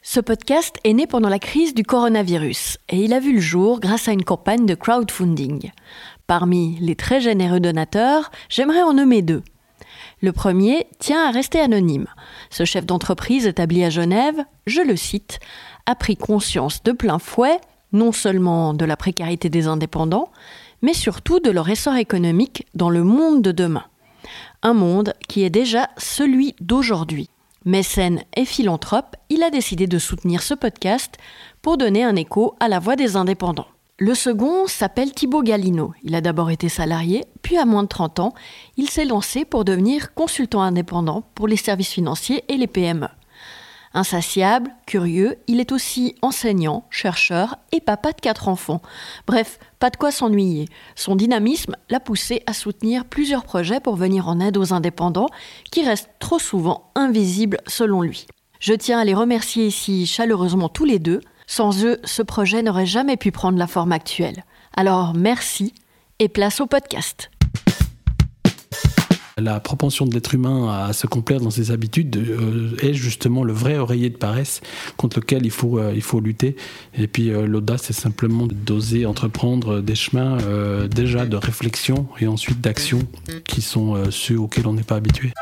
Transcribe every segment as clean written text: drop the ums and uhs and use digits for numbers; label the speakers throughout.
Speaker 1: Ce podcast est né pendant la crise du coronavirus et il a vu le jour grâce à une campagne de crowdfunding. Parmi les très généreux donateurs, j'aimerais en nommer deux. Le premier tient à rester anonyme. Ce chef d'entreprise établi à Genève, je le cite, a pris conscience de plein fouet, non seulement de la précarité des indépendants, mais surtout de leur essor économique dans le monde de demain. Un monde qui est déjà celui d'aujourd'hui. Mécène et philanthrope, il a décidé de soutenir ce podcast pour donner un écho à la voix des indépendants. Le second s'appelle Thibaut Galino. Il a d'abord été salarié, puis à moins de 30 ans, il s'est lancé pour devenir consultant indépendant pour les services financiers et les PME. Insatiable, curieux, il est aussi enseignant, chercheur et papa de 4 enfants. Bref, pas de quoi s'ennuyer. Son dynamisme l'a poussé à soutenir plusieurs projets pour venir en aide aux indépendants qui restent trop souvent invisibles selon lui. Je tiens à les remercier ici chaleureusement tous les deux. Sans eux, ce projet n'aurait jamais pu prendre la forme actuelle. Alors merci et place au podcast.
Speaker 2: La propension de l'être humain à se complaire dans ses habitudes est justement le vrai oreiller de paresse contre lequel il faut lutter. Et puis l'audace, c'est simplement d'oser entreprendre des chemins déjà de réflexion et ensuite d'action qui sont ceux auxquels on n'est pas habitué.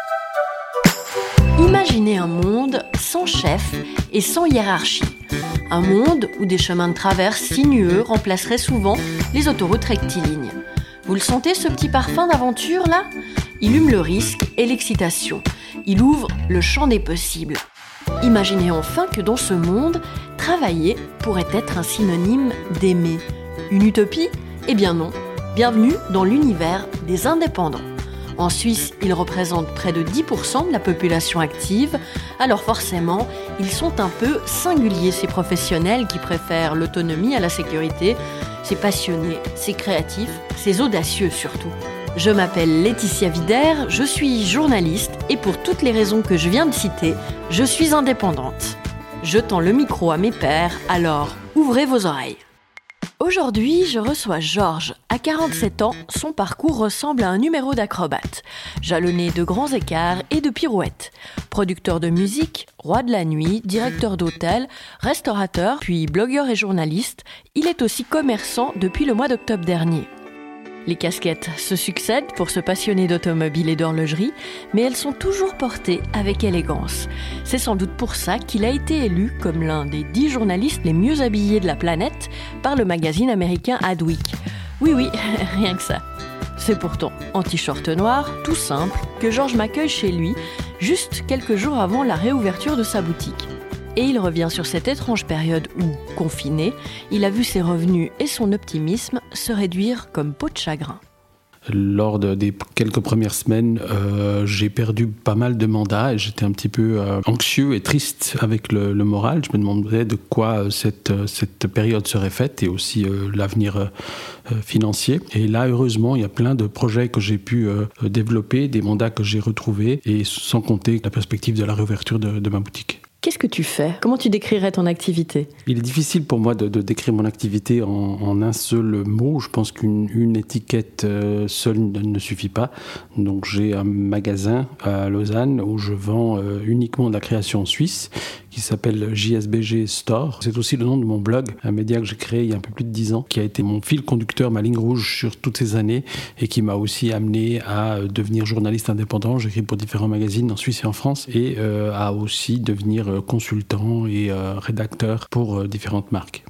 Speaker 1: Imaginez un monde sans chef et sans hiérarchie. Un monde où des chemins de traverse sinueux remplaceraient souvent les autoroutes rectilignes. Vous le sentez, ce petit parfum d'aventure là ? Il hume le risque et l'excitation. Il ouvre le champ des possibles. Imaginez enfin que dans ce monde, travailler pourrait être un synonyme d'aimer. Une utopie ? Eh bien non. Bienvenue dans l'univers des indépendants. En Suisse, ils représentent près de 10% de la population active. Alors forcément, ils sont un peu singuliers, ces professionnels qui préfèrent l'autonomie à la sécurité. C'est passionné, c'est créatif, c'est audacieux surtout. Je m'appelle Laetitia Wider, je suis journaliste et pour toutes les raisons que je viens de citer, je suis indépendante. Je tends le micro à mes pairs, alors ouvrez vos oreilles. Aujourd'hui, je reçois Georges. À 47 ans, son parcours ressemble à un numéro d'acrobate, jalonné de grands écarts et de pirouettes. Producteur de musique, roi de la nuit, directeur d'hôtel, restaurateur, puis blogueur et journaliste, il est aussi commerçant depuis le mois d'octobre dernier. Les casquettes se succèdent pour ce passionné d'automobile et d'horlogerie, mais elles sont toujours portées avec élégance. C'est sans doute pour ça qu'il a été élu comme l'un des 10 journalistes les mieux habillés de la planète par le magazine américain Adweek. Oui, rien que ça. C'est pourtant en t-shirt noir, tout simple, que Georges m'accueille chez lui, juste quelques jours avant la réouverture de sa boutique. Et il revient sur cette étrange période où, confiné, il a vu ses revenus et son optimisme se réduire comme peau de chagrin.
Speaker 2: Lors des quelques premières semaines, j'ai perdu pas mal de mandats et j'étais un petit peu anxieux et triste avec le moral. Je me demandais de quoi cette période serait faite et aussi l'avenir financier. Et là, heureusement, il y a plein de projets que j'ai pu développer, des mandats que j'ai retrouvés et sans compter la perspective de la réouverture de ma boutique.
Speaker 1: Qu'est-ce que tu fais ? Comment tu décrirais ton activité ?
Speaker 2: Il est difficile pour moi de décrire mon activité en un seul mot. Je pense qu'une étiquette seule ne suffit pas. Donc j'ai un magasin à Lausanne où je vends uniquement de la création suisse qui s'appelle JSBG Store. C'est aussi le nom de mon blog, un média que j'ai créé il y a un peu plus de 10 ans, qui a été mon fil conducteur, ma ligne rouge sur toutes ces années et qui m'a aussi amené à devenir journaliste indépendant. J'écris pour différents magazines en Suisse et en France et à aussi devenir consultant et rédacteur pour différentes marques.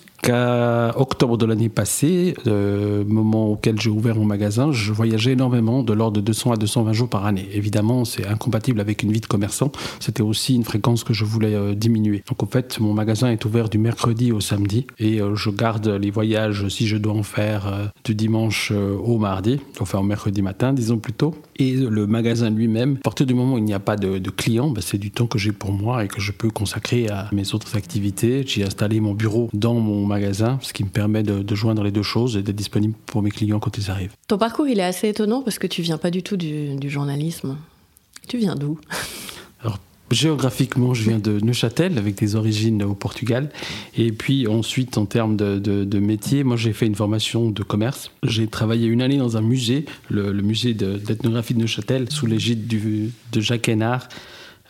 Speaker 2: Jusqu'à octobre de l'année passée, moment auquel j'ai ouvert mon magasin, je voyageais énormément, de l'ordre de 200 à 220 jours par année. Évidemment, c'est incompatible avec une vie de commerçant. C'était aussi une fréquence que je voulais diminuer. Donc en fait, mon magasin est ouvert du mercredi au samedi et je garde les voyages, si je dois en faire, du dimanche au mardi, enfin au mercredi matin, disons plutôt. Et le magasin lui-même, à partir du moment où il n'y a pas de clients, c'est du temps que j'ai pour moi et que je peux consacrer à mes autres activités. J'ai installé mon bureau dans mon magasin, ce qui me permet de joindre les deux choses et d'être disponible pour mes clients quand ils arrivent.
Speaker 1: Ton parcours, il est assez étonnant parce que tu viens pas du tout du journalisme. Tu viens d'où ?
Speaker 2: Alors, géographiquement, je viens de Neuchâtel, avec des origines au Portugal. Et puis ensuite, en termes de métier, moi j'ai fait une formation de commerce. J'ai travaillé une année dans un musée, le musée d'ethnographie de Neuchâtel, sous l'égide de Jacques Hénard,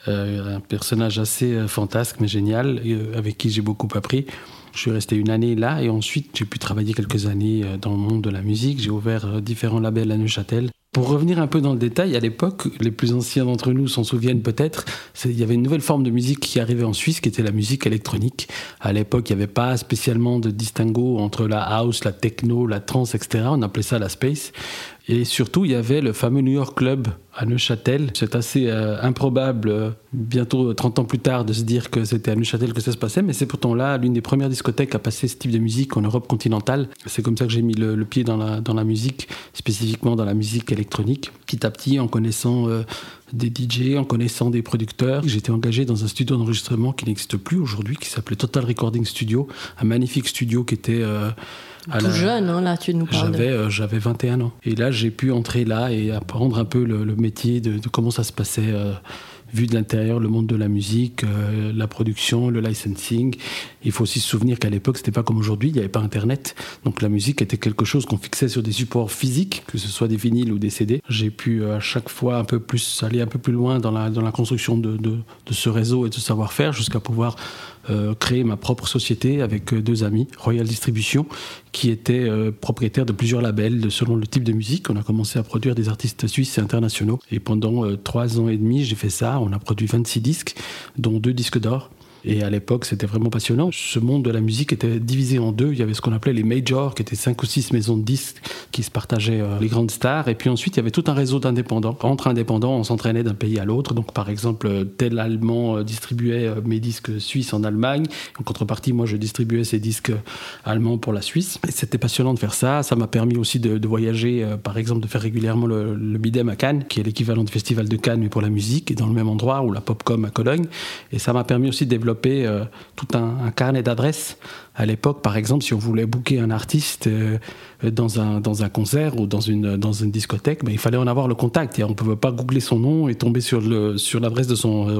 Speaker 2: un personnage assez fantasque mais génial, avec qui j'ai beaucoup appris. Je suis resté une année là et ensuite j'ai pu travailler quelques années dans le monde de la musique. J'ai ouvert différents labels à Neuchâtel. Pour revenir un peu dans le détail, à l'époque, les plus anciens d'entre nous s'en souviennent peut-être, il y avait une nouvelle forme de musique qui arrivait en Suisse, qui était la musique électronique. À l'époque, il n'y avait pas spécialement de distinguo entre la house, la techno, la trance, etc. On appelait ça la space. Et surtout, il y avait le fameux New York Club à Neuchâtel. C'est assez improbable, bientôt 30 ans plus tard, de se dire que c'était à Neuchâtel que ça se passait, mais c'est pourtant là l'une des premières discothèques à passer ce type de musique en Europe continentale. C'est comme ça que j'ai mis le pied dans la musique, spécifiquement dans la musique électronique. Petit à petit, en connaissant des DJ, en connaissant des producteurs, j'étais engagé dans un studio d'enregistrement qui n'existe plus aujourd'hui, qui s'appelait Total Recording Studio, un magnifique studio qui était...
Speaker 1: tout jeune, hein, là, tu nous parles.
Speaker 2: J'avais 21 ans. Et là, j'ai pu entrer là et apprendre un peu le métier de comment ça se passait, vu de l'intérieur, le monde de la musique, la production, le licensing. Il faut aussi se souvenir qu'à l'époque, c'était pas comme aujourd'hui, il n'y avait pas Internet. Donc la musique était quelque chose qu'on fixait sur des supports physiques, que ce soit des vinyles ou des CD. J'ai pu à chaque fois aller un peu plus loin dans la construction de ce réseau et de ce savoir-faire, jusqu'à pouvoir créer ma propre société avec deux amis, Royal Distribution, qui étaient propriétaires de plusieurs labels selon le type de musique. On a commencé à produire des artistes suisses et internationaux. Et pendant 3 ans et demi, j'ai fait ça. On a produit 26 disques, dont 2 disques d'or. Et à l'époque, c'était vraiment passionnant. Ce monde de la musique était divisé en deux. Il y avait ce qu'on appelait les majors, qui étaient 5 ou 6 maisons de disques qui se partageaient les grandes stars. Et puis ensuite, il y avait tout un réseau d'indépendants. Entre indépendants, on s'entraînait d'un pays à l'autre. Donc, par exemple, tel Allemand distribuait mes disques suisses en Allemagne. En contrepartie, moi, je distribuais ces disques allemands pour la Suisse. Et c'était passionnant de faire ça. Ça m'a permis aussi de voyager, par exemple, de faire régulièrement le Bidem à Cannes, qui est l'équivalent du Festival de Cannes, mais pour la musique, et dans le même endroit, ou la Popcom à Cologne. Et ça m'a permis aussi de développer tout un carnet d'adresses. À l'époque, par exemple, si on voulait booker un artiste dans un concert ou dans une discothèque, il fallait en avoir le contact. Et on ne pouvait pas googler son nom et tomber sur l'adresse de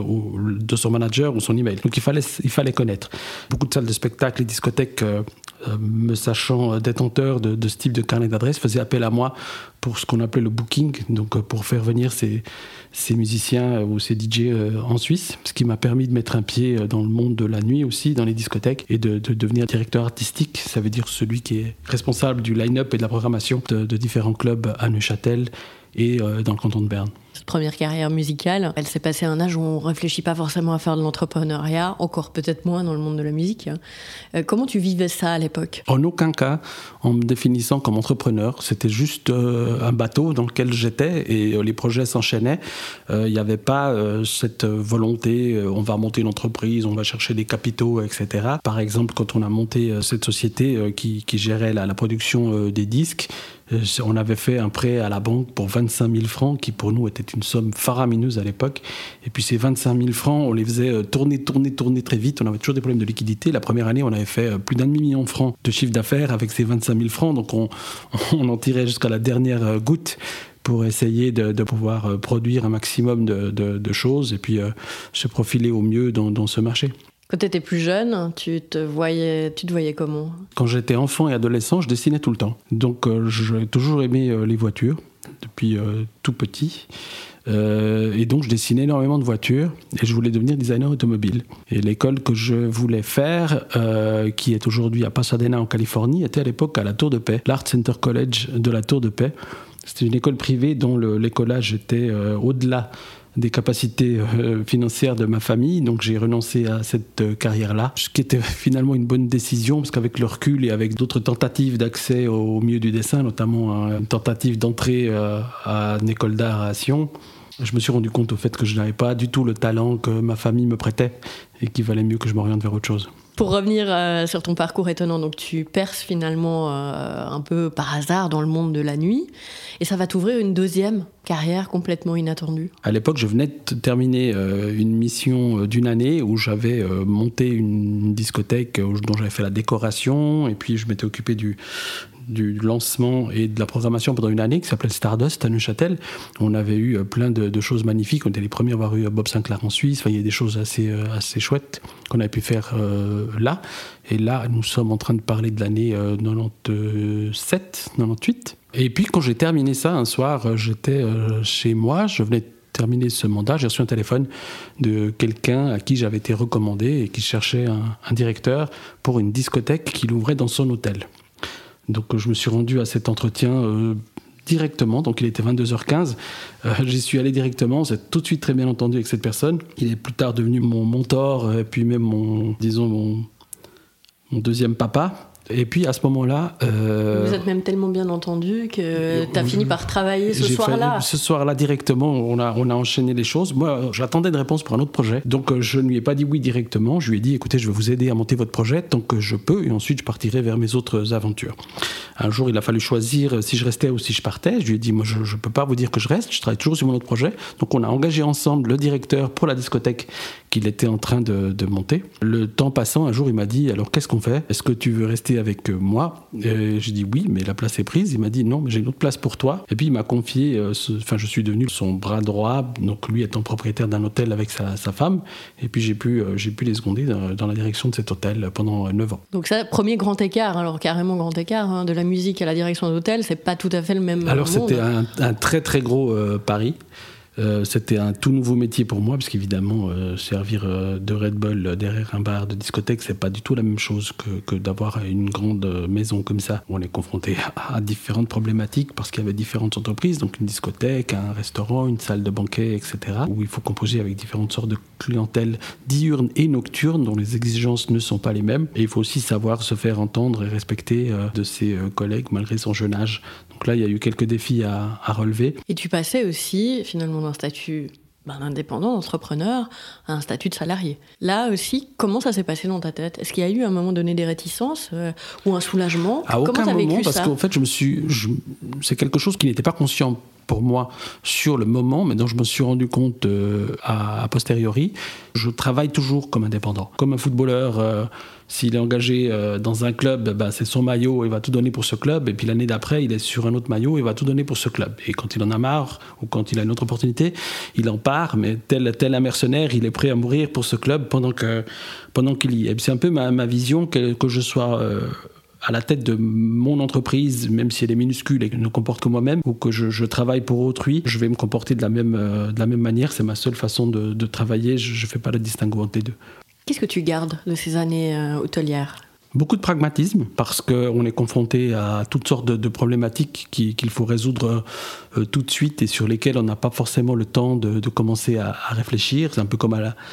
Speaker 2: son manager ou son email. Donc il fallait connaître. Beaucoup de salles de spectacle et discothèques, me sachant détenteur de ce type de carnet d'adresses, faisaient appel à moi pour ce qu'on appelait le booking, donc pour faire venir ces musiciens ou ces DJ en Suisse, ce qui m'a permis de mettre un pied dans le monde de la nuit aussi, dans les discothèques, et de devenir directeur artistique. Ça veut dire celui qui est responsable du line-up et de la programmation de différents clubs à Neuchâtel et dans le canton de Berne.
Speaker 1: Cette première carrière musicale, elle s'est passée à un âge où on ne réfléchit pas forcément à faire de l'entrepreneuriat, encore peut-être moins dans le monde de la musique. Comment tu vivais ça à l'époque ?
Speaker 2: En aucun cas en me définissant comme entrepreneur. C'était juste un bateau dans lequel j'étais et les projets s'enchaînaient. Il n'y avait pas cette volonté, on va monter une entreprise, on va chercher des capitaux, etc. Par exemple, quand on a monté cette société qui gérait la production des disques, on avait fait un prêt à la banque pour 25 000 francs, qui pour nous était une somme faramineuse à l'époque. Et puis ces 25 000 francs, on les faisait tourner très vite. On avait toujours des problèmes de liquidité. La première année, on avait fait plus d'500 000 francs de chiffre d'affaires avec ces 25 000 francs. Donc on en tirait jusqu'à la dernière goutte pour essayer de pouvoir produire un maximum de choses et puis se profiler au mieux dans ce marché.
Speaker 1: Quand tu étais plus jeune, tu te voyais comment ?
Speaker 2: Quand j'étais enfant et adolescent, je dessinais tout le temps. Donc j'ai toujours aimé les voitures, depuis tout petit. Et donc je dessinais énormément de voitures et je voulais devenir designer automobile. Et l'école que je voulais faire, qui est aujourd'hui à Pasadena en Californie, était à l'époque à la Tour de Paix, l'Art Center College de la Tour de Paix. C'était une école privée dont l'écolage était au-delà des capacités financières de ma famille, donc j'ai renoncé à cette carrière-là, ce qui était finalement une bonne décision, parce qu'avec le recul et avec d'autres tentatives d'accès au milieu du dessin, notamment une tentative d'entrée à une école d'art à Sion, je me suis rendu compte au fait que je n'avais pas du tout le talent que ma famille me prêtait et qu'il valait mieux que je m'oriente vers autre chose.
Speaker 1: Pour revenir sur ton parcours étonnant, donc tu perces finalement un peu par hasard dans le monde de la nuit et ça va t'ouvrir une deuxième carrière complètement inattendue.
Speaker 2: À l'époque, je venais de terminer une mission d'une année où j'avais monté une discothèque dont j'avais fait la décoration et puis je m'étais occupé du lancement et de la programmation pendant une année qui s'appelait Stardust à Neuchâtel. On avait eu plein de choses magnifiques. On était les premiers à avoir eu Bob Sinclair en Suisse. Enfin, il y a des choses assez chouettes qu'on avait pu faire là. Et là, nous sommes en train de parler de l'année 97, 98. Et puis, quand j'ai terminé ça, un soir, j'étais chez moi. Je venais de terminé ce mandat, j'ai reçu un téléphone de quelqu'un à qui j'avais été recommandé et qui cherchait un directeur pour une discothèque qu'il ouvrait dans son hôtel. Donc je me suis rendu à cet entretien directement, donc il était 22h15, j'y suis allé directement, on s'est tout de suite très bien entendu avec cette personne. Il est plus tard devenu mon mentor, et puis même mon deuxième papa. Et puis à ce moment-là...
Speaker 1: Vous êtes même tellement bien entendu que tu as fini par travailler ce soir-là.
Speaker 2: Ce soir-là, directement, on a enchaîné les choses. Moi, j'attendais une réponse pour un autre projet. Donc je ne lui ai pas dit oui directement. Je lui ai dit, écoutez, je vais vous aider à monter votre projet tant que je peux. Et ensuite, je partirai vers mes autres aventures. Un jour, il a fallu choisir si je restais ou si je partais. Je lui ai dit, moi, je ne peux pas vous dire que je reste. Je travaille toujours sur mon autre projet. Donc on a engagé ensemble le directeur pour la discothèque qu'il était en train de monter. Le temps passant, un jour, il m'a dit, alors qu'est-ce qu'on fait ? Est-ce que tu veux rester avec moi? J'ai dit oui, mais la place est prise. Il m'a dit non, mais j'ai une autre place pour toi. Et puis il m'a confié, je suis devenu son bras droit, donc lui étant propriétaire d'un hôtel avec sa femme. Et puis j'ai pu les seconder dans la direction de cet hôtel pendant 9 ans.
Speaker 1: Donc ça, premier grand écart, alors carrément grand écart, hein, de la musique à la direction d'hôtel, c'est pas tout à fait le même monde.
Speaker 2: Alors c'était un très très gros pari. C'était un tout nouveau métier pour moi, parce qu'évidemment, servir de Red Bull derrière un bar de discothèque, c'est pas du tout la même chose que d'avoir une grande maison comme ça. On est confronté à différentes problématiques, parce qu'il y avait différentes entreprises, donc une discothèque, un restaurant, une salle de banquet, etc., où il faut composer avec différentes sortes de clientèle diurne et nocturne, dont les exigences ne sont pas les mêmes. Et il faut aussi savoir se faire entendre et respecter de ses collègues, malgré son jeune âge. Donc là, il y a eu quelques défis à relever.
Speaker 1: Et tu passais aussi, finalement, d'un statut d'indépendant, d'entrepreneur, à un statut de salarié. Là aussi, comment ça s'est passé dans ta tête ? Est-ce qu'il y a eu à un moment donné des réticences ou un soulagement ?
Speaker 2: À aucun moment, parce qu'en fait, c'est quelque chose qui n'était pas conscient pour moi sur le moment, mais dont je me suis rendu compte a posteriori. Je travaille toujours comme indépendant. Comme un footballeur, s'il est engagé dans un club, c'est son maillot, il va tout donner pour ce club, et puis l'année d'après, il est sur un autre maillot, il va tout donner pour ce club. Et quand il en a marre, ou quand il a une autre opportunité, il en part, mais tel un mercenaire, il est prêt à mourir pour ce club pendant qu'il y est. Et c'est un peu ma vision, que je sois... à la tête de mon entreprise, même si elle est minuscule et ne comporte que moi-même, ou que je travaille pour autrui, je vais me comporter de la même manière. C'est ma seule façon de travailler. Je ne fais pas le distinguo entre les deux.
Speaker 1: Qu'est-ce que tu gardes de ces années hôtelières ?
Speaker 2: Beaucoup de pragmatisme, parce qu'on est confronté à toutes sortes de problématiques qu'il faut résoudre tout de suite et sur lesquelles on n'a pas forcément le temps de commencer à réfléchir. C'est un peu comme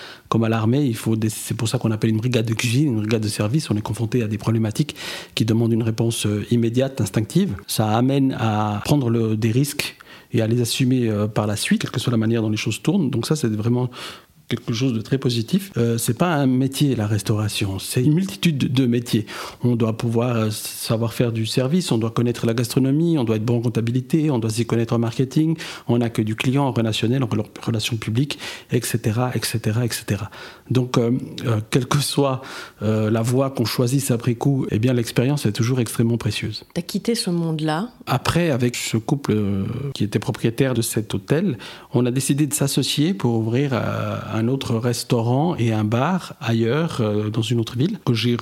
Speaker 2: à l'armée. C'est pour ça qu'on appelle une brigade de cuisine, une brigade de service. On est confronté à des problématiques qui demandent une réponse immédiate, instinctive. Ça amène à prendre des risques et à les assumer par la suite, quelle que soit la manière dont les choses tournent. Donc ça, c'est vraiment... quelque chose de très positif. C'est pas un métier, la restauration, c'est une multitude de métiers. On doit pouvoir savoir faire du service, on doit connaître la gastronomie, on doit être bon en comptabilité, on doit s'y connaître en marketing, en accueil du client, en relationnel, en relations publiques, etc., etc., etc. Donc, quelle que soit la voie qu'on choisisse après coup, eh bien l'expérience est toujours extrêmement précieuse.
Speaker 1: T'as quitté ce monde-là ?
Speaker 2: Après, avec ce couple qui était propriétaire de cet hôtel, on a décidé de s'associer pour ouvrir un autre restaurant et un bar ailleurs, dans une autre ville, que j'ai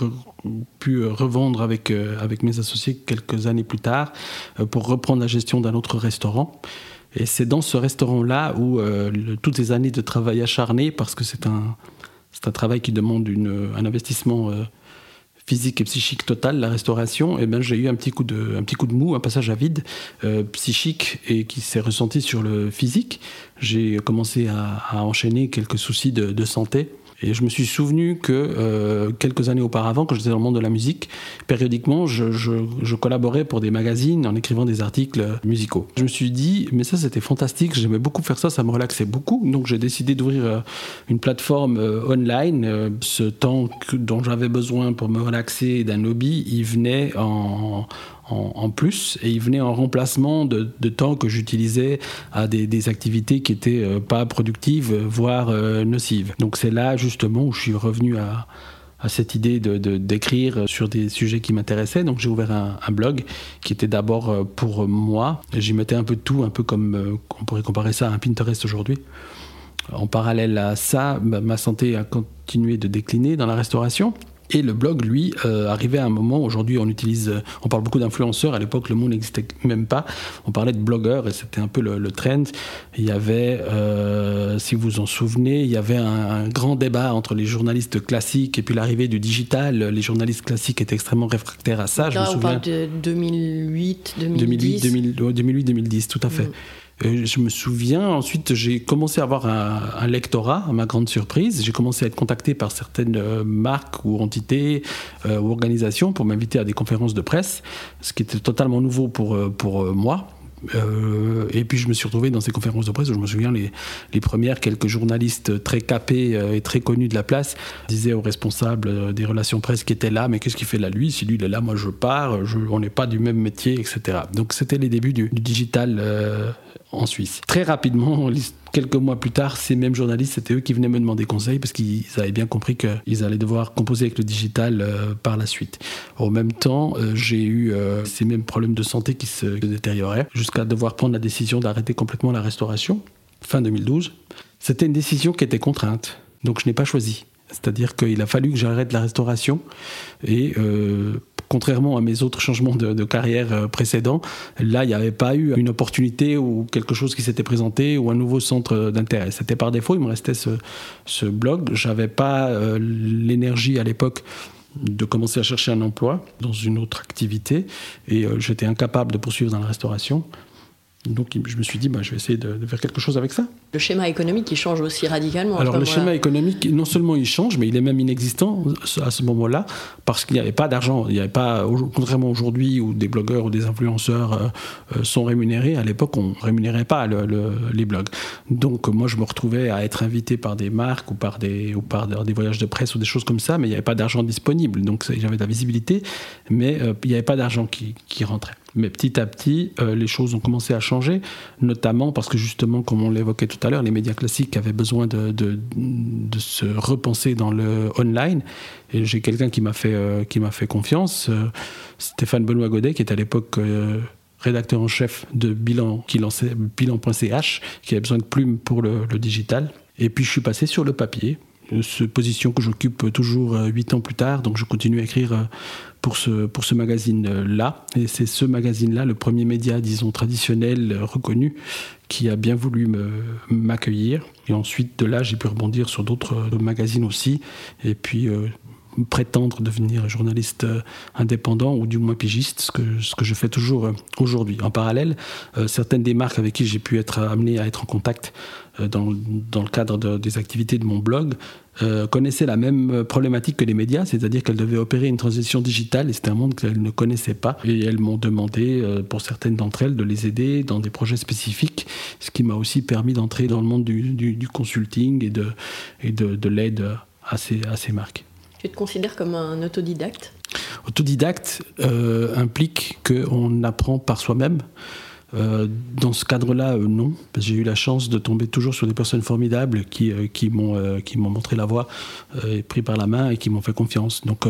Speaker 2: pu revendre avec mes associés quelques années plus tard, pour reprendre la gestion d'un autre restaurant. Et c'est dans ce restaurant-là où toutes ces années de travail acharné, parce que c'est un travail qui demande un investissement physique et psychique total, la restauration, et j'ai eu un petit coup de mou, un passage à vide psychique, et qui s'est ressenti sur le physique. J'ai commencé à enchaîner quelques soucis de santé. Et je me suis souvenu que quelques années auparavant, quand j'étais dans le monde de la musique, périodiquement, je collaborais pour des magazines en écrivant des articles musicaux. Je me suis dit, mais ça c'était fantastique, j'aimais beaucoup faire ça, ça me relaxait beaucoup. Donc j'ai décidé d'ouvrir une plateforme online. Ce temps dont j'avais besoin pour me relaxer d'un hobby, il venait en plus, et il venait en remplacement de temps que j'utilisais à des activités qui n'étaient pas productives, voire nocives. Donc c'est là justement où je suis revenu à cette idée d'écrire sur des sujets qui m'intéressaient. Donc j'ai ouvert un blog qui était d'abord pour moi. J'y mettais un peu de tout, un peu comme on pourrait comparer ça à un Pinterest aujourd'hui. En parallèle à ça, ma santé a continué de décliner dans la restauration. Et le blog, lui, arrivait à un moment, aujourd'hui on parle beaucoup d'influenceurs, à l'époque le mot n'existait même pas, on parlait de blogueurs et c'était un peu le trend. Il y avait, si vous vous en souvenez, il y avait un grand débat entre les journalistes classiques et puis l'arrivée du digital. Les journalistes classiques étaient extrêmement réfractaires à ça.
Speaker 1: Là, on parle de 2008, 2010.
Speaker 2: 2008-2010, tout à fait. Je me souviens, ensuite j'ai commencé à avoir un lectorat, à ma grande surprise. J'ai commencé à être contacté par certaines marques ou entités ou organisations pour m'inviter à des conférences de presse, ce qui était totalement nouveau pour moi. Et puis je me suis retrouvé dans ces conférences de presse où je me souviens les premières, quelques journalistes très capés et très connus de la place disaient aux responsables des relations presse qui étaient là, mais qu'est-ce qu'il fait là lui? Si lui il est là, moi je pars, on n'est pas du même métier, etc. Donc c'était les débuts du digital en Suisse. Très rapidement, quelques mois plus tard, ces mêmes journalistes, c'était eux qui venaient me demander conseil parce qu'ils avaient bien compris qu'ils allaient devoir composer avec le digital par la suite. En même temps, j'ai eu ces mêmes problèmes de santé qui se détérioraient jusqu'à devoir prendre la décision d'arrêter complètement la restauration, fin 2012. C'était une décision qui était contrainte, donc je n'ai pas choisi. C'est-à-dire qu'il a fallu que j'arrête la restauration et contrairement à mes autres changements de carrière précédents, là, il n'y avait pas eu une opportunité ou quelque chose qui s'était présenté ou un nouveau centre d'intérêt. C'était par défaut, il me restait ce blog. Je n'avais pas l'énergie à l'époque de commencer à chercher un emploi dans une autre activité et j'étais incapable de poursuivre dans la restauration. Donc je me suis dit, je vais essayer de faire quelque chose avec ça.
Speaker 1: Le schéma économique, il change aussi radicalement.
Speaker 2: Alors le schéma économique, non seulement il change, mais il est même inexistant à ce moment-là, parce qu'il n'y avait pas d'argent. Il n'y avait pas, contrairement aujourd'hui où des blogueurs ou des influenceurs sont rémunérés, à l'époque on ne rémunérait pas les blogs. Donc moi je me retrouvais à être invité par des marques ou par des voyages de presse ou des choses comme ça, mais il n'y avait pas d'argent disponible. Donc j'avais de la visibilité, mais il n'y avait pas d'argent qui rentrait. Mais petit à petit, les choses ont commencé à changer, notamment parce que justement, comme on l'évoquait tout à l'heure, les médias classiques avaient besoin de se repenser dans le online. Et j'ai quelqu'un qui m'a fait confiance, Stéphane Benoît Godet, qui est à l'époque rédacteur en chef de Bilan, qui lançait Bilan.ch, qui avait besoin de plumes pour le digital. Et puis je suis passé sur le papier, cette position que j'occupe toujours 8 ans plus tard, donc je continue à écrire pour ce magazine-là. Et c'est ce magazine-là, le premier média, disons, traditionnel, reconnu, qui a bien voulu m'accueillir. Et ensuite, de là, j'ai pu rebondir sur d'autres magazines aussi. Et puis prétendre devenir journaliste indépendant ou du moins pigiste, ce que je fais toujours aujourd'hui. En parallèle, certaines des marques avec qui j'ai pu être amené à être en contact dans le cadre des activités de mon blog connaissaient la même problématique que les médias, c'est-à-dire qu'elles devaient opérer une transition digitale et c'était un monde qu'elles ne connaissaient pas. Et elles m'ont demandé, pour certaines d'entre elles, de les aider dans des projets spécifiques, ce qui m'a aussi permis d'entrer dans le monde du consulting et de l'aide à ces marques.
Speaker 1: Tu te considères comme un autodidacte ?
Speaker 2: Autodidacte implique qu'on apprend par soi-même. Dans ce cadre-là, non. Parce que j'ai eu la chance de tomber toujours sur des personnes formidables qui m'ont montré la voie, pris par la main et qui m'ont fait confiance. Donc,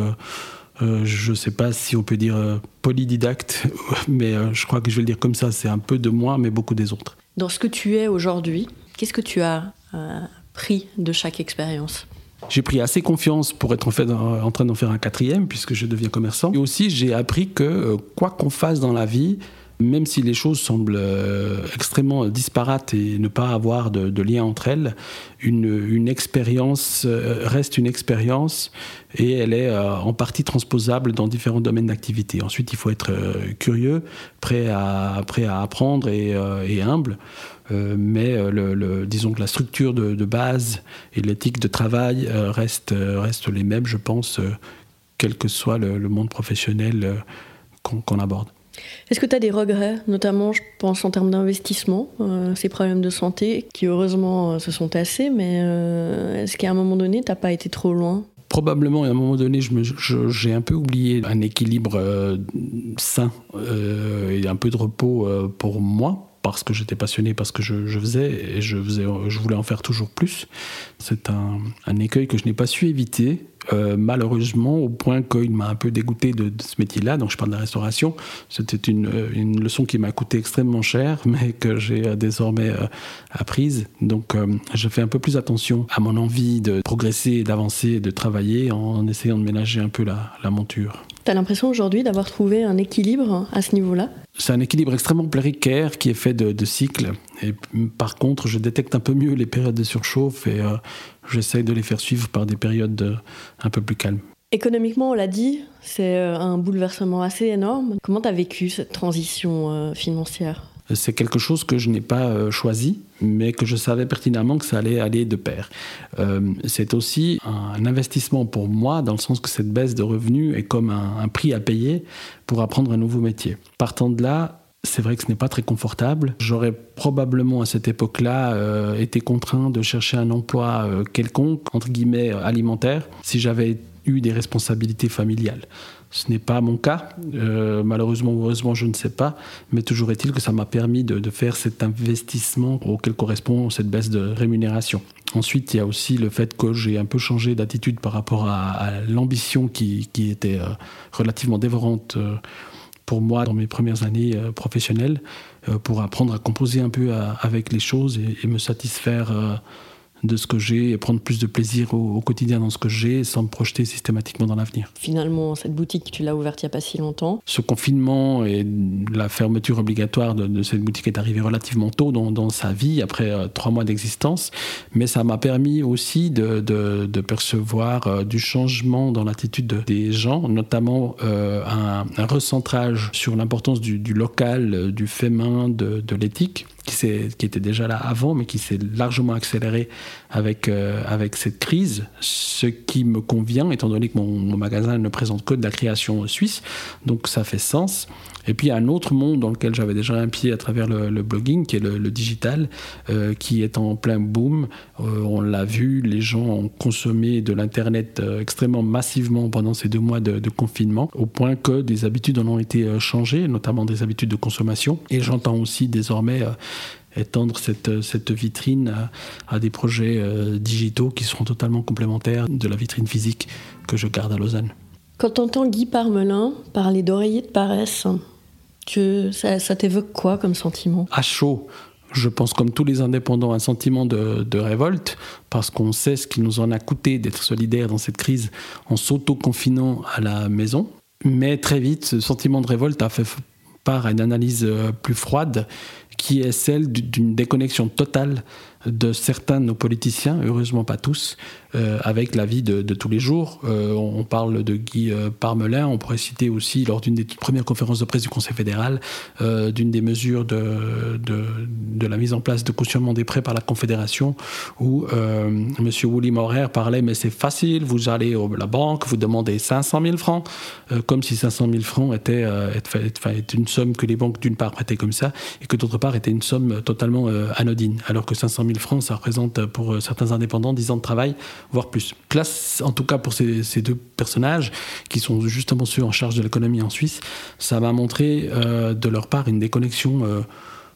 Speaker 2: je ne sais pas si on peut dire polydidacte, mais je crois que je vais le dire comme ça. C'est un peu de moi, mais beaucoup des autres.
Speaker 1: Dans ce que tu es aujourd'hui, qu'est-ce que tu as pris de chaque expérience ?
Speaker 2: J'ai pris assez confiance pour être en train d'en faire un 4e, puisque je deviens commerçant. Et aussi, j'ai appris que quoi qu'on fasse dans la vie, même si les choses semblent extrêmement disparates et ne pas avoir de lien entre elles, une expérience reste une expérience et elle est en partie transposable dans différents domaines d'activité. Ensuite, il faut être curieux, prêt à apprendre et humble. Mais disons que la structure de base et l'éthique de travail restent les mêmes, je pense, quel que soit le monde professionnel qu'on aborde.
Speaker 1: Est-ce que tu as des regrets, notamment, je pense, en termes d'investissement, ces problèmes de santé, qui heureusement se sont tassés, mais est-ce qu'à un moment donné, tu n'as pas été trop loin ?
Speaker 2: Probablement, à un moment donné, j'ai un peu oublié un équilibre sain et un peu de repos pour moi, parce que j'étais passionné, parce que je faisais, et je voulais en faire toujours plus. C'est un écueil que je n'ai pas su éviter, malheureusement, au point qu'il m'a un peu dégoûté de ce métier-là. Donc je parle de la restauration. C'était une leçon qui m'a coûté extrêmement cher, mais que j'ai désormais apprise. Donc je fais un peu plus attention à mon envie de progresser, d'avancer, de travailler en essayant de ménager un peu la monture.
Speaker 1: T'as l'impression aujourd'hui d'avoir trouvé un équilibre à ce niveau-là ?
Speaker 2: C'est un équilibre extrêmement précaire qui est fait de cycles. Et par contre, je détecte un peu mieux les périodes de surchauffe et j'essaye de les faire suivre par des périodes un peu plus calmes.
Speaker 1: Économiquement, on l'a dit, c'est un bouleversement assez énorme. Comment t'as vécu cette transition financière ?
Speaker 2: C'est quelque chose que je n'ai pas choisi, mais que je savais pertinemment que ça allait aller de pair. C'est aussi un investissement pour moi, dans le sens que cette baisse de revenus est comme un prix à payer pour apprendre un nouveau métier. Partant de là, c'est vrai que ce n'est pas très confortable. J'aurais probablement à cette époque-là été contraint de chercher un emploi quelconque, entre guillemets alimentaire, si j'avais eu des responsabilités familiales. Ce n'est pas mon cas, malheureusement ou heureusement, je ne sais pas, mais toujours est-il que ça m'a permis de faire cet investissement auquel correspond cette baisse de rémunération. Ensuite, il y a aussi le fait que j'ai un peu changé d'attitude par rapport à l'ambition qui était relativement dévorante pour moi dans mes premières années professionnelles, pour apprendre à composer un peu avec les choses et me satisfaire de ce que j'ai et prendre plus de plaisir au quotidien dans ce que j'ai sans me projeter systématiquement dans l'avenir.
Speaker 1: Finalement, cette boutique, tu l'as ouverte il n'y a pas si longtemps.
Speaker 2: Ce confinement et la fermeture obligatoire de cette boutique est arrivé relativement tôt dans sa vie, après 3 mois d'existence, mais ça m'a permis aussi de percevoir du changement dans l'attitude des gens, notamment un recentrage sur l'importance du local, du fait main, de l'éthique, qui était déjà là avant, mais qui s'est largement accéléré avec cette crise, ce qui me convient, étant donné que mon magasin ne présente que de la création suisse, donc ça fait sens. Et puis il y a un autre monde dans lequel j'avais déjà un pied à travers le blogging, qui est le digital, qui est en plein boom. On l'a vu, les gens ont consommé de l'internet extrêmement massivement pendant ces 2 mois de confinement, au point que des habitudes en ont été changées, notamment des habitudes de consommation. Et j'entends aussi désormais étendre cette vitrine à des projets digitaux qui seront totalement complémentaires de la vitrine physique que je garde à Lausanne.
Speaker 1: Quand tu entends Guy Parmelin parler d'oreiller de paresse, ça t'évoque quoi comme sentiment ?
Speaker 2: À chaud, je pense comme tous les indépendants, un sentiment de révolte, parce qu'on sait ce qui nous en a coûté d'être solidaires dans cette crise en s'auto-confinant à la maison. Mais très vite, ce sentiment de révolte a fait part à une analyse plus froide, qui est celle d'une déconnexion totale de certains de nos politiciens, heureusement pas tous, avec la vie de tous les jours. On parle de Guy Parmelin, on pourrait citer aussi, lors d'une des premières conférences de presse du Conseil fédéral, d'une des mesures de la mise en place de cautionnement des prêts par la Confédération, où M. Willy Maurer parlait, mais c'est facile, vous allez à la banque, vous demandez 500 000 francs, comme si 500 000 francs était une somme que les banques d'une part prêtaient comme ça, et que d'autre part était une somme totalement anodine, alors que 500 000 francs, ça représente pour certains indépendants 10 ans de travail, voire plus. Classe, en tout cas pour ces 2 personnages, qui sont justement ceux en charge de l'économie en Suisse, ça m'a montré de leur part une déconnexion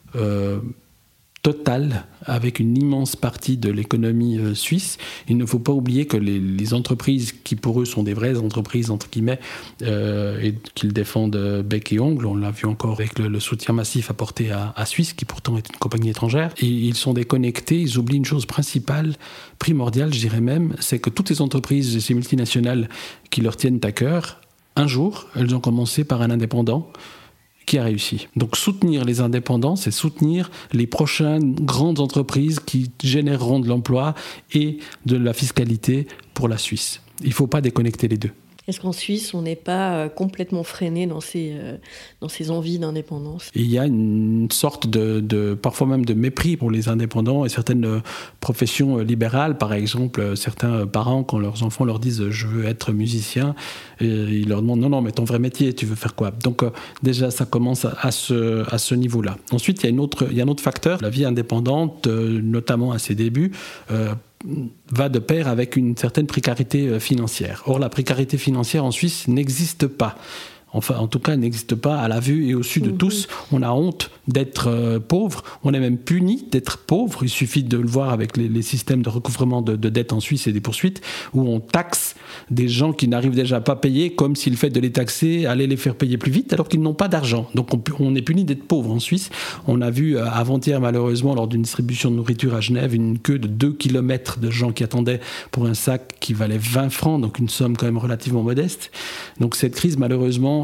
Speaker 2: totale avec une immense partie de l'économie suisse. Il ne faut pas oublier que les entreprises qui pour eux sont des vraies entreprises entre guillemets et qu'ils défendent bec et ongle, on l'a vu encore avec le soutien massif apporté à Suisse qui pourtant est une compagnie étrangère, et ils sont déconnectés, ils oublient une chose principale, primordiale je dirais même, c'est que toutes ces entreprises et ces multinationales qui leur tiennent à cœur, un jour elles ont commencé par un indépendant qui a réussi. Donc soutenir les indépendants, c'est soutenir les prochaines grandes entreprises qui généreront de l'emploi et de la fiscalité pour la Suisse. Il ne faut pas déconnecter les deux.
Speaker 1: Est-ce qu'en Suisse, on n'est pas complètement freiné dans ses envies d'indépendance ?
Speaker 2: Il y a une sorte parfois même de mépris pour les indépendants et certaines professions libérales. Par exemple, certains parents, quand leurs enfants leur disent « je veux être musicien », ils leur demandent « non, mais ton vrai métier, tu veux faire quoi ?» Donc déjà, ça commence à ce niveau-là. Ensuite, il y a un autre facteur. La vie indépendante, notamment à ses débuts, va de pair avec une certaine précarité financière. Or, la précarité financière en Suisse n'existe pas. enfin en tout cas n'existe pas à la vue et au su de tous. On a honte d'être pauvre, on est même puni d'être pauvre. Il suffit de le voir avec les systèmes de recouvrement de dettes en Suisse et des poursuites, où on taxe des gens qui n'arrivent déjà pas à payer, comme si le fait de les taxer allait les faire payer plus vite, alors qu'ils n'ont pas d'argent. Donc on est puni d'être pauvre en Suisse. On a vu avant-hier, malheureusement, lors d'une distribution de nourriture à Genève, une queue de 2 km de gens qui attendaient pour un sac qui valait 20 francs, donc une somme quand même relativement modeste. Donc cette crise, malheureusement,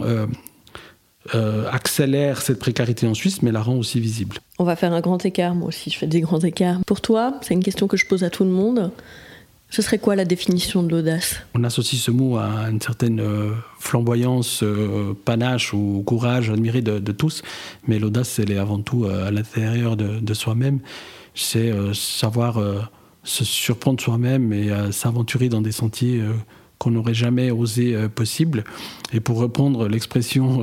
Speaker 2: accélère cette précarité en Suisse, mais la rend aussi visible.
Speaker 1: On va faire un grand écart. Moi aussi, je fais des grands écarts. Pour toi, c'est une question que je pose à tout le monde. Ce serait quoi la définition de l'audace ?
Speaker 2: On associe ce mot à une certaine flamboyance, panache ou courage admiré de tous, mais l'audace, elle est avant tout à l'intérieur de soi-même. C'est savoir se surprendre soi-même et s'aventurer dans des sentiers qu'on n'aurait jamais osé possible. Et pour reprendre l'expression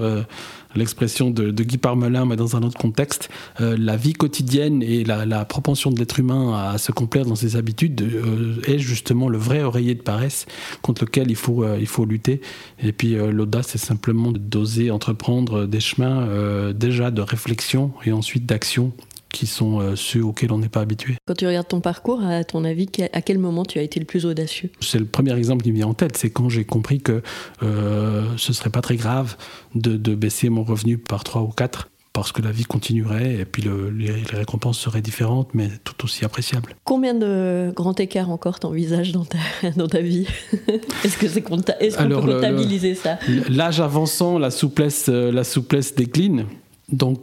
Speaker 2: de Guy Parmelin, mais dans un autre contexte, la vie quotidienne et la propension de l'être humain à se complaire dans ses habitudes est justement le vrai oreiller de paresse contre lequel il faut lutter. Et puis l'audace, c'est simplement d'oser entreprendre des chemins déjà de réflexion et ensuite d'action, qui sont ceux auxquels on n'est pas habitué.
Speaker 1: Quand tu regardes ton parcours, à ton avis, à quel moment tu as été le plus audacieux ?
Speaker 2: C'est le premier exemple qui me vient en tête, c'est quand j'ai compris que ce ne serait pas très grave de baisser mon revenu par 3 ou 4, parce que la vie continuerait et puis les récompenses seraient différentes, mais tout aussi appréciables.
Speaker 1: Combien de grands écarts encore t'envisages dans ta vie ? Est-ce qu'on peut comptabiliser ça ?
Speaker 2: L'âge avançant, la souplesse décline, donc...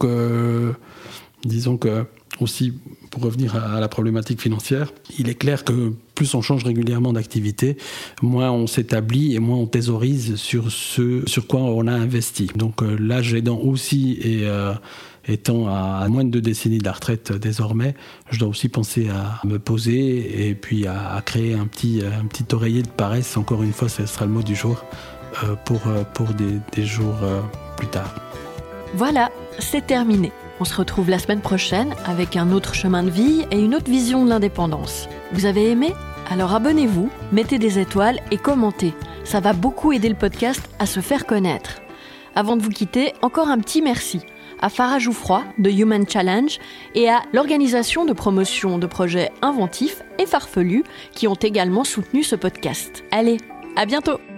Speaker 2: Disons que, aussi, pour revenir à la problématique financière, il est clair que plus on change régulièrement d'activité, moins on s'établit et moins on thésaurise sur ce sur quoi on a investi. Donc l'âge aidant aussi et étant à moins de 2 décennies de la retraite désormais, je dois aussi penser à me poser et puis à créer un petit oreiller de paresse. Encore une fois, ce sera le mot du jour pour des jours plus tard.
Speaker 1: Voilà, c'est terminé. On se retrouve la semaine prochaine avec un autre chemin de vie et une autre vision de l'indépendance. Vous avez aimé ? Alors abonnez-vous, mettez des étoiles et commentez. Ça va beaucoup aider le podcast à se faire connaître. Avant de vous quitter, encore un petit merci à Farah Jouffroy de Human Challenge et à l'organisation de promotion de projets inventifs et farfelus qui ont également soutenu ce podcast. Allez, à bientôt!